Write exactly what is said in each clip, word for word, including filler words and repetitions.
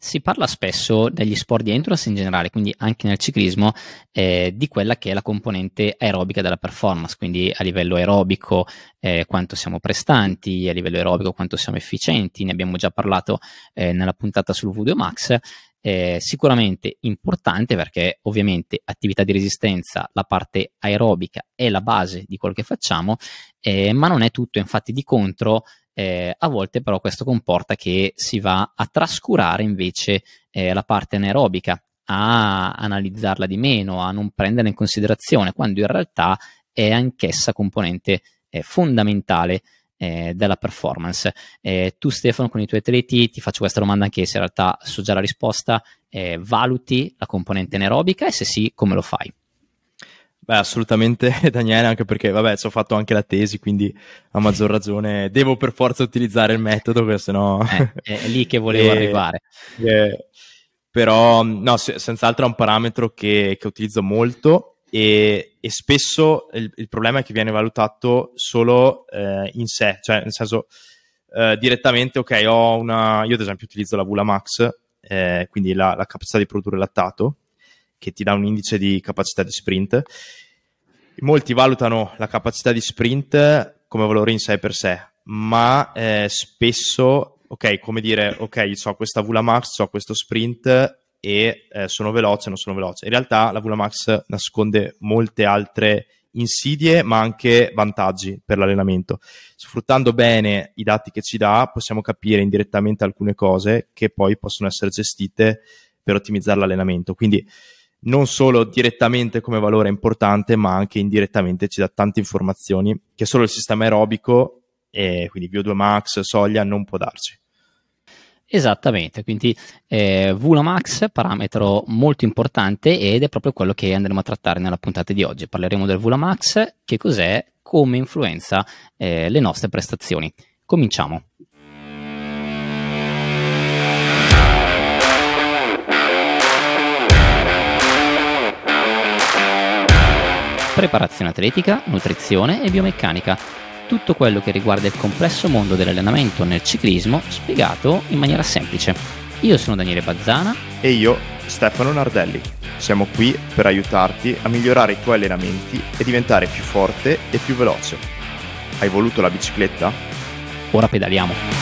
Si parla spesso degli sport di endurance in generale, quindi anche nel ciclismo, eh, di quella che è la componente aerobica della performance, quindi a livello aerobico eh, quanto siamo prestanti, a livello aerobico quanto siamo efficienti. Ne abbiamo già parlato eh, nella puntata sul V due Max. Eh, sicuramente importante perché ovviamente attività di resistenza, la parte aerobica è la base di quello che facciamo, eh, ma non è tutto. Infatti di contro Eh, a volte però questo comporta che si va a trascurare invece eh, la parte anaerobica, a analizzarla di meno, a non prenderla in considerazione, quando in realtà è anch'essa componente eh, fondamentale eh, della performance. Eh, tu Stefano, con i tuoi atleti, ti faccio questa domanda anche se in realtà so già la risposta, eh, valuti la componente anaerobica e se sì, come lo fai? Beh, assolutamente Daniele, anche perché, vabbè, ci ho fatto anche la tesi, quindi a maggior ragione devo per forza utilizzare il metodo, perché sennò... Eh, è lì che volevo e, arrivare. Eh, però, no, se, senz'altro è un parametro che, che utilizzo molto e, e spesso il, il problema è che viene valutato solo eh, in sé, cioè nel senso eh, direttamente, ok, ho una... Io ad esempio utilizzo la Vulamax, eh, quindi la, la capacità di produrre lattato, che ti dà un indice di capacità di sprint. Molti valutano la capacità di sprint come valore in sé per sé, ma eh, spesso, ok, come dire, ok, ho questa Vulamax, ho questo sprint e eh, sono veloce, non sono veloce. In realtà la Vulamax nasconde molte altre insidie, ma anche vantaggi per l'allenamento. Sfruttando bene i dati che ci dà, possiamo capire indirettamente alcune cose che poi possono essere gestite per ottimizzare l'allenamento. Quindi non solo direttamente come valore importante, ma anche indirettamente ci dà tante informazioni che solo il sistema aerobico, e quindi V O due Max, soglia, non può darci. Esattamente, quindi eh, Vulamax, parametro molto importante, ed è proprio quello che andremo a trattare nella puntata di oggi. Parleremo del Vulamax, che cos'è, come influenza eh, le nostre prestazioni. Cominciamo. Preparazione atletica, nutrizione e biomeccanica. Tutto quello che riguarda il complesso mondo dell'allenamento nel ciclismo spiegato in maniera semplice. Io sono Daniele Bazzana. E io, Stefano Nardelli. Siamo qui per aiutarti a migliorare i tuoi allenamenti e diventare più forte e più veloce. Hai voluto la bicicletta? Ora pedaliamo.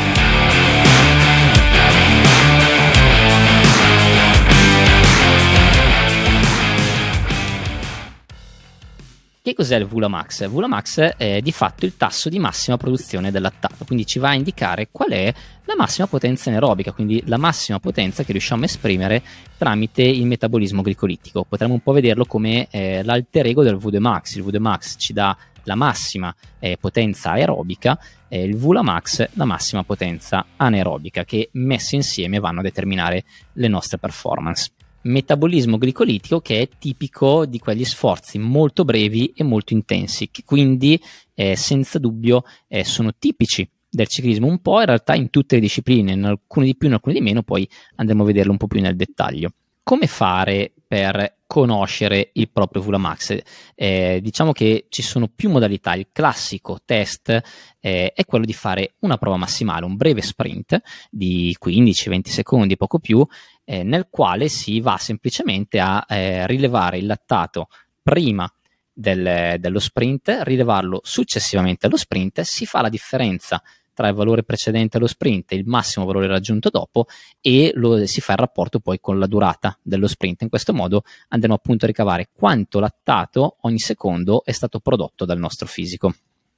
Che cos'è il Vulamax? Il Vulamax è di fatto il tasso di massima produzione del lattato, quindi ci va a indicare qual è la massima potenza anaerobica, quindi la massima potenza che riusciamo a esprimere tramite il metabolismo glicolitico. Potremmo un po' vederlo come eh, l'alter ego del V due Max. Il V due Max ci dà la massima eh, potenza aerobica, e il Vulamax la massima potenza anaerobica, che messe insieme vanno a determinare le nostre performance. Metabolismo glicolitico che è tipico di quegli sforzi molto brevi e molto intensi, che quindi eh, senza dubbio eh, sono tipici del ciclismo, un po' in realtà in tutte le discipline, in alcune di più, in alcune di meno, poi andremo a vederlo un po' più nel dettaglio. Come fare per conoscere il proprio Vulamax? Eh, diciamo che ci sono più modalità. Il classico test eh, è quello di fare una prova massimale, un breve sprint di quindici venti secondi, poco più, eh, nel quale si va semplicemente a eh, rilevare il lattato prima del, dello sprint, rilevarlo successivamente allo sprint, si fa la differenza tra il valore precedente allo sprint e il massimo valore raggiunto dopo, e lo, si fa il rapporto poi con la durata dello sprint. In questo modo andremo appunto a ricavare quanto lattato ogni secondo è stato prodotto dal nostro fisico.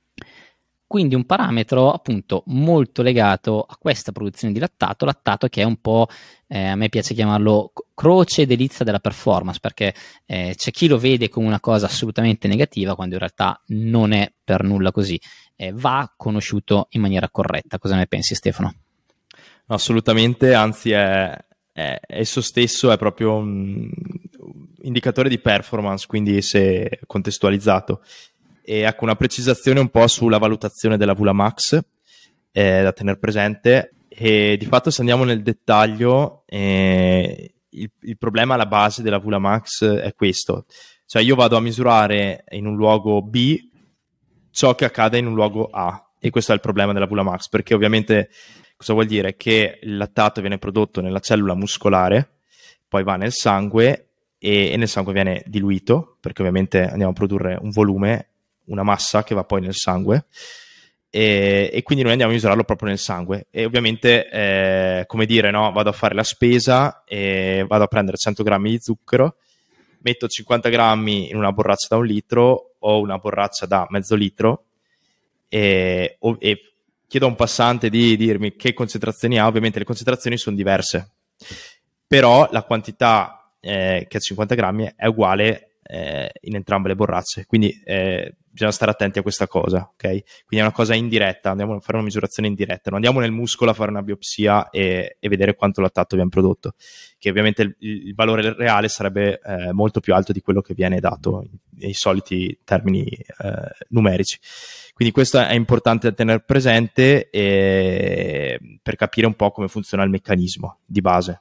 Quindi un parametro appunto molto legato a questa produzione di lattato, lattato che è un po', eh, a me piace chiamarlo croce e delizia della performance, perché eh, c'è chi lo vede come una cosa assolutamente negativa, quando in realtà non è per nulla così. Eh, va conosciuto in maniera corretta. Cosa ne pensi, Stefano? Assolutamente, anzi è, è esso stesso è proprio un indicatore di performance, quindi se contestualizzato. E ecco, una precisazione un po' sulla valutazione della Vulamax eh, da tenere presente, e di fatto se andiamo nel dettaglio eh, il, il problema alla base della Vulamax è questo: cioè io vado a misurare in un luogo B ciò che accade in un luogo A, e questo è il problema della Vulamax, perché ovviamente Cosa vuol dire? Che il lattato viene prodotto nella cellula muscolare, poi va nel sangue e, e nel sangue viene diluito, perché ovviamente andiamo a produrre un volume, una massa che va poi nel sangue, e, e quindi noi andiamo a misurarlo proprio nel sangue. E ovviamente, eh, come dire, no, vado a fare la spesa e vado a prendere cento grammi di zucchero, metto cinquanta grammi in una borraccia da un litro o una borraccia da mezzo litro e, e chiedo a un passante di dirmi che concentrazioni ha. Ovviamente le concentrazioni sono diverse, però la quantità eh, che ha cinquanta grammi è uguale eh, in entrambe le borracce, quindi eh, bisogna stare attenti a questa cosa, ok? Quindi è una cosa indiretta, andiamo a fare una misurazione indiretta, non andiamo nel muscolo a fare una biopsia e, e vedere quanto lattato viene prodotto, che ovviamente il, il valore reale sarebbe eh, molto più alto di quello che viene dato nei soliti termini eh, numerici. Quindi questo è importante da tenere presente eh, per capire un po' come funziona il meccanismo di base.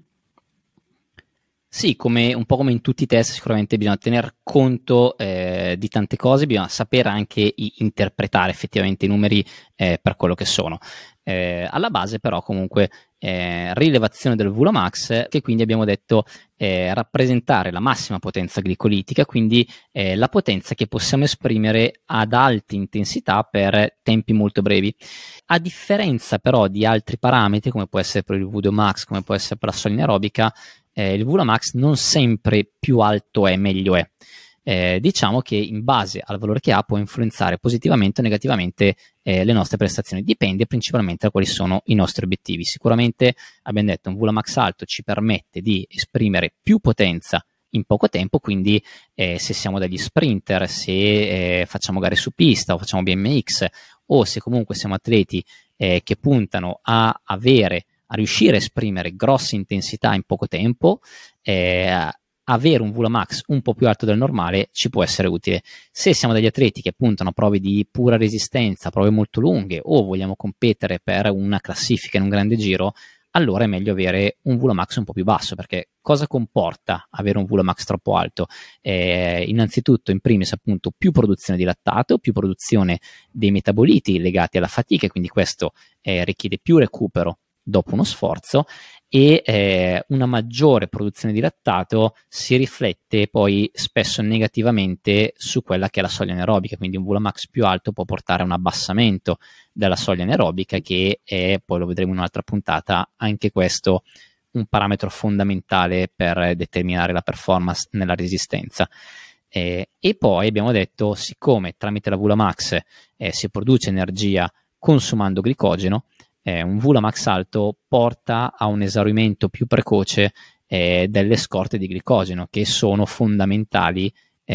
Sì, come, un po' come in tutti i test, sicuramente bisogna tener conto eh, di tante cose, bisogna sapere anche i- interpretare effettivamente i numeri eh, per quello che sono. Eh, alla base però comunque eh, rilevazione del Vulomax, che quindi abbiamo detto eh, rappresentare la massima potenza glicolitica, quindi eh, la potenza che possiamo esprimere ad alte intensità per tempi molto brevi. A differenza però di altri parametri, come può essere per il Vulomax, come può essere per la soglia anaerobica, eh, il Vulomax non sempre più alto è meglio è. Eh, diciamo che in base al valore che ha può influenzare positivamente o negativamente eh, le nostre prestazioni, dipende principalmente da quali sono i nostri obiettivi. Sicuramente abbiamo detto un Vulomax alto ci permette di esprimere più potenza in poco tempo, quindi eh, se siamo degli sprinter, se eh, facciamo gare su pista o facciamo B M X, o se comunque siamo atleti eh, che puntano a avere a riuscire a esprimere grosse intensità in poco tempo, eh, avere un Vulomax un po' più alto del normale ci può essere utile. Se siamo degli atleti che puntano a prove di pura resistenza, prove molto lunghe, o vogliamo competere per una classifica in un grande giro, allora è meglio avere un Vulomax un po' più basso, perché cosa comporta avere un Vulomax troppo alto? Eh, innanzitutto, in primis, appunto, più produzione di lattato, più produzione dei metaboliti legati alla fatica, e quindi questo eh, richiede più recupero dopo uno sforzo, e eh, una maggiore produzione di lattato si riflette poi spesso negativamente su quella che è la soglia anaerobica, quindi un Vulomax più alto può portare a un abbassamento della soglia anaerobica, che è, poi lo vedremo in un'altra puntata, anche questo un parametro fondamentale per determinare la performance nella resistenza. Eh, e poi abbiamo detto, siccome tramite la Vulomax eh, si produce energia consumando glicogeno, Eh, un Vulomax alto porta a un esaurimento più precoce eh, delle scorte di glicogeno, che sono fondamentali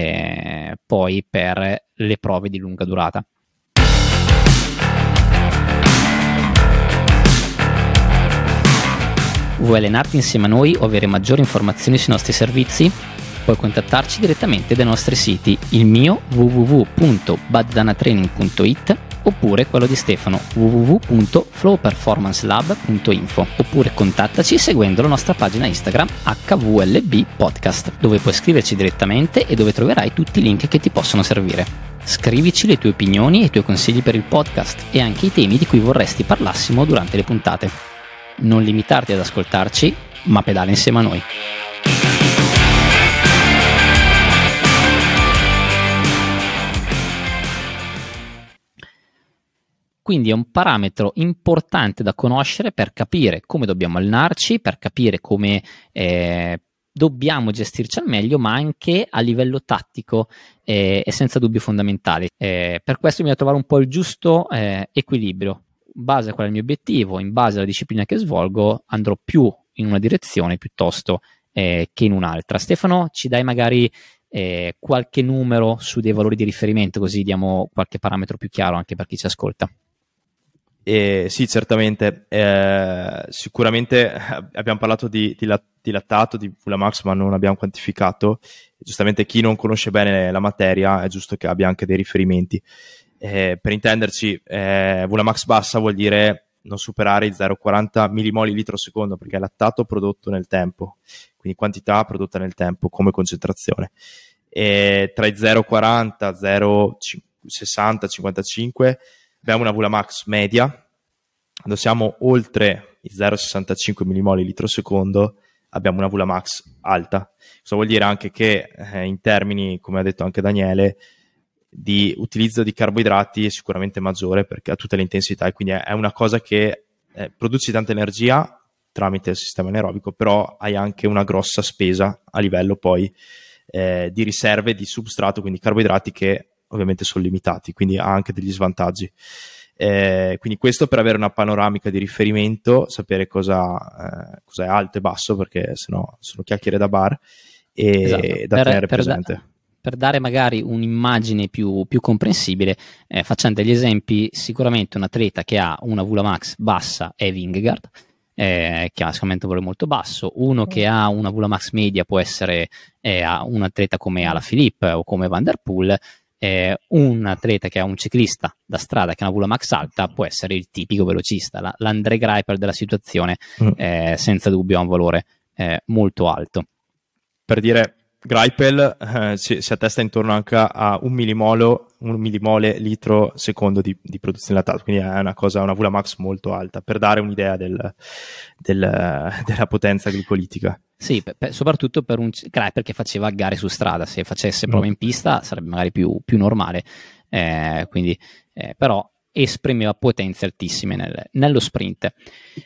eh, poi per le prove di lunga durata. Vuoi allenarti insieme a noi o avere maggiori informazioni sui nostri servizi? Puoi contattarci direttamente dai nostri siti, il mio w w w punto baddanatraining punto i t oppure quello di Stefano w w w punto flow performance lab punto info, oppure contattaci seguendo la nostra pagina Instagram H V L B Podcast, dove puoi scriverci direttamente e dove troverai tutti i link che ti possono servire. Scrivici le tue opinioni e i tuoi consigli per il podcast e anche i temi di cui vorresti parlassimo durante le puntate. Non limitarti ad ascoltarci, ma pedala insieme a noi. Quindi è un parametro importante da conoscere per capire come dobbiamo allenarci, per capire come eh, dobbiamo gestirci al meglio, ma anche a livello tattico eh, è senza dubbio fondamentale. Eh, per questo bisogna trovare un po' il giusto eh, equilibrio. In base a qual è il mio obiettivo, in base alla disciplina che svolgo, andrò più in una direzione piuttosto eh, che in un'altra. Stefano, ci dai magari eh, qualche numero su dei valori di riferimento, così diamo qualche parametro più chiaro anche per chi ci ascolta? Eh, sì, certamente. Eh, sicuramente abbiamo parlato di, di, di lattato, di Vulomax, ma non abbiamo quantificato. Giustamente chi non conosce bene la materia è giusto che abbia anche dei riferimenti. Eh, per intenderci, eh, Vulomax bassa vuol dire non superare i zero virgola quaranta millimoli litro secondo, perché è lattato prodotto nel tempo, quindi quantità prodotta nel tempo come concentrazione. E tra i zero virgola quaranta e zero virgola sessanta cinquantacinque abbiamo una Vulomax media, quando siamo oltre i zero virgola sessantacinque millimoli litro secondo abbiamo una Vulamax alta. Questo vuol dire anche che eh, in termini, come ha detto anche Daniele, di utilizzo di carboidrati è sicuramente maggiore perché ha tutte le intensità, e quindi è una cosa che eh, produci tanta energia tramite il sistema anaerobico, però hai anche una grossa spesa a livello poi eh, di riserve di substrato, quindi carboidrati che ovviamente sono limitati, quindi ha anche degli svantaggi. Eh, quindi questo per avere una panoramica di riferimento, sapere cosa, eh, cosa è alto e basso, perché sennò sono chiacchiere da bar, e Esatto. da Per, tenere per presente. Da, per dare magari un'immagine più, più comprensibile, eh, facciamo degli esempi. Sicuramente un atleta che ha una Vulamax bassa è Vingegaard, eh, che ha sicuramente un valore molto basso. Uno che ha una Vulamax media può essere eh, un atleta come Alaphilippe o come Van der Poel. Eh, un atleta che ha un ciclista da strada che ha una Vulamax alta può essere il tipico velocista, la, l'André Greipel della situazione, eh, senza dubbio ha un valore eh, molto alto. Per dire, Greipel eh, si, si attesta intorno anche a un millimolo, un millimole litro secondo di, di produzione di lattato, quindi è una cosa, una Vulamax molto alta, per dare un'idea del, del, della potenza glicolitica. Sì, per, per, soprattutto per un Greipel che faceva gare su strada. Se facesse prove in pista sarebbe magari più, più normale, eh, quindi, eh, però esprimeva potenze altissime nel, nello sprint.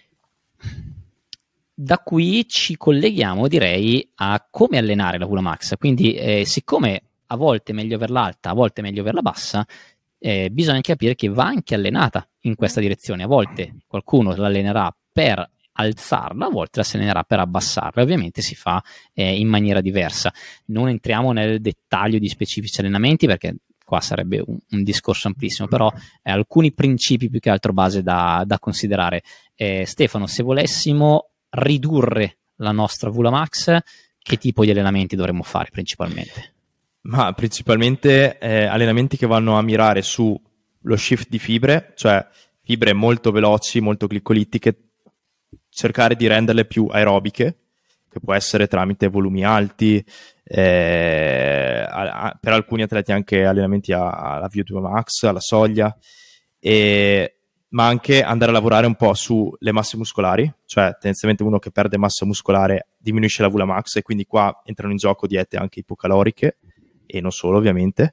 Da qui ci colleghiamo, direi, a come allenare la Vulamax. Quindi, eh, siccome a volte è meglio averla alta, a volte è meglio averla bassa, eh, bisogna capire che va anche allenata in questa direzione. A volte qualcuno l'allenerà per alzarla, a volte la si allenerà per abbassarla. Ovviamente si fa eh, in maniera diversa. Non entriamo nel dettaglio di specifici allenamenti, perché qua sarebbe un, un discorso amplissimo, però eh, alcuni principi più che altro base da, da considerare. Eh, Stefano, se volessimo ridurre la nostra Vulamax, che tipo di allenamenti dovremmo fare principalmente? Ma principalmente eh, allenamenti che vanno a mirare su lo shift di fibre, cioè fibre molto veloci, molto glicolitiche, cercare di renderle più aerobiche, che può essere tramite volumi alti, eh, a, a, per alcuni atleti anche allenamenti alla V due Max, alla soglia, e, ma anche andare a lavorare un po' sulle masse muscolari, cioè tendenzialmente uno che perde massa muscolare diminuisce la Vulamax, e quindi qua entrano in gioco diete anche ipocaloriche, e non solo ovviamente,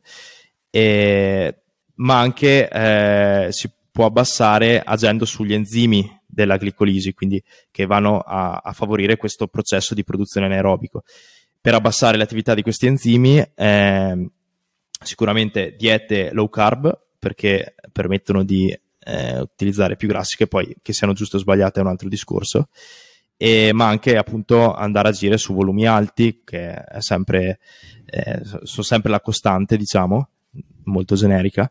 e, ma anche eh, si può abbassare agendo sugli enzimi della glicolisi, quindi che vanno a, a favorire questo processo di produzione anaerobico. Per abbassare l'attività di questi enzimi, eh, sicuramente diete low carb, perché permettono di eh, utilizzare più grassi, che poi che siano giuste o sbagliate è un altro discorso, e, ma anche appunto andare a agire su volumi alti, che è sempre, eh, sono sempre la costante, diciamo, molto generica.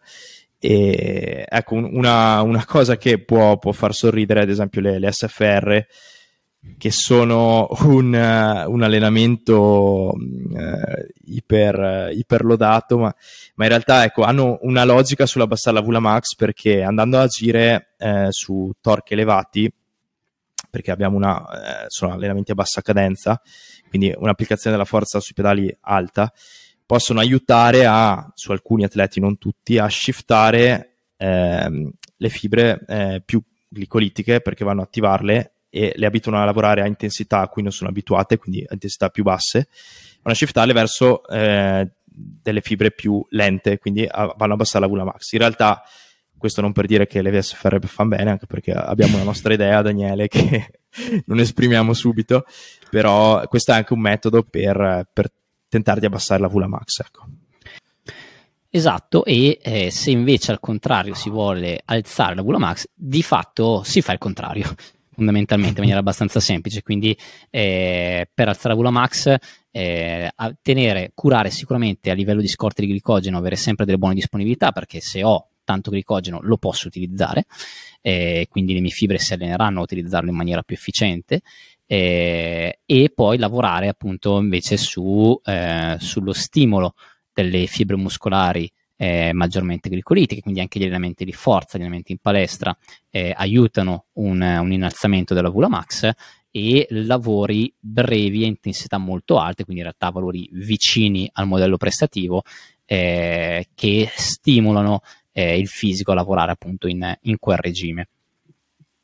E ecco, una, una cosa che può, può far sorridere, ad esempio le, le S F R, che sono un, un allenamento eh, iper, iperlodato, ma, ma in realtà ecco, hanno una logica sull'abbassare la Vulamax, perché andando ad agire eh, su torque elevati, perché abbiamo una, eh, sono allenamenti a bassa cadenza, quindi un'applicazione della forza sui pedali alta, possono aiutare a, su alcuni atleti, non tutti, a shiftare ehm, le fibre eh, più glicolitiche, perché vanno a attivarle e le abituano a lavorare a intensità a cui non sono abituate, quindi a intensità più basse, vanno a shiftarle verso eh, delle fibre più lente, quindi a, vanno a abbassare la Vulamax. In realtà questo non per dire che le V S F R fanno bene, anche perché abbiamo una nostra idea, Daniele, che non esprimiamo subito, però questo è anche un metodo per, per tentare di abbassare la Vulamax, ecco. Esatto, e eh, se invece al contrario si vuole alzare la Vulamax, di fatto si fa il contrario, fondamentalmente in maniera abbastanza semplice. Quindi eh, per alzare la Vulamax, eh, a tenere, curare sicuramente a livello di scorte di glicogeno, avere sempre delle buone disponibilità, perché se ho tanto glicogeno lo posso utilizzare, eh, quindi le mie fibre si alleneranno a utilizzarlo in maniera più efficiente. Eh, e poi lavorare appunto invece su, eh, sullo stimolo delle fibre muscolari eh, maggiormente glicolitiche, quindi anche gli allenamenti di forza, gli allenamenti in palestra eh, aiutano un, un innalzamento della Vulamax, e lavori brevi a intensità molto alte, quindi in realtà valori vicini al modello prestativo, eh, che stimolano eh, il fisico a lavorare appunto in, in quel regime.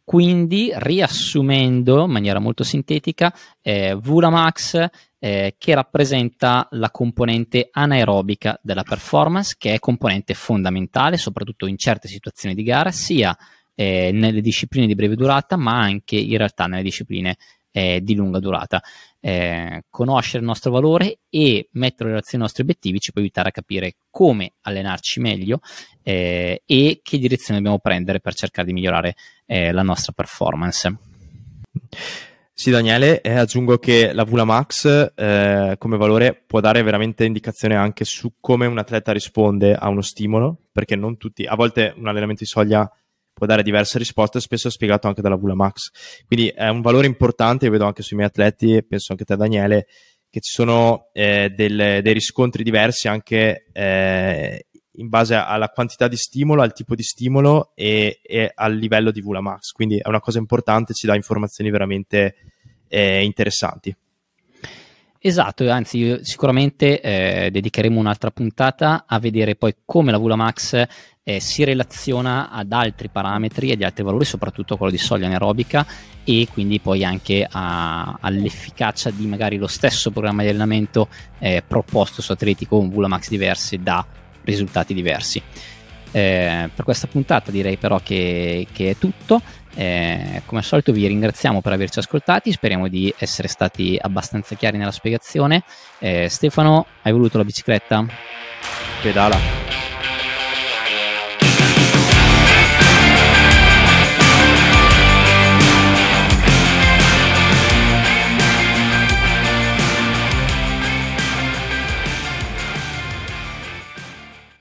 quindi, riassumendo in maniera molto sintetica, eh, Vulamax eh, che rappresenta la componente anaerobica della performance, che è componente fondamentale soprattutto in certe situazioni di gara, sia eh, nelle discipline di breve durata ma anche in realtà nelle discipline eh, di lunga durata. Eh, conoscere il nostro valore e mettere in relazione ai nostri obiettivi ci può aiutare a capire come allenarci meglio eh, e che direzione dobbiamo prendere per cercare di migliorare eh, la nostra performance. Sì, Daniele, e aggiungo che la Vulamax eh, come valore può dare veramente indicazione anche su come un atleta risponde a uno stimolo, perché non tutti, a volte un allenamento di soglia può dare diverse risposte, spesso è spiegato anche dalla Vulamax. Quindi è un valore importante, io vedo anche sui miei atleti, e penso anche te Daniele, che ci sono eh, del, dei riscontri diversi anche eh, in base alla quantità di stimolo, al tipo di stimolo e, e al livello di Vulamax. Quindi è una cosa importante, ci dà informazioni veramente eh, interessanti. Esatto, anzi sicuramente eh, dedicheremo un'altra puntata a vedere poi come la Vulamax eh, si relaziona ad altri parametri e ad altri valori, soprattutto quello di soglia anaerobica, e quindi poi anche a, all'efficacia di magari lo stesso programma di allenamento eh, proposto su atleti con Vulamax diversi da risultati diversi. Eh, per questa puntata direi però che, che è tutto. Eh, come al solito vi ringraziamo per averci ascoltati, speriamo di essere stati abbastanza chiari nella spiegazione. eh, Stefano, hai voluto la bicicletta? Pedala.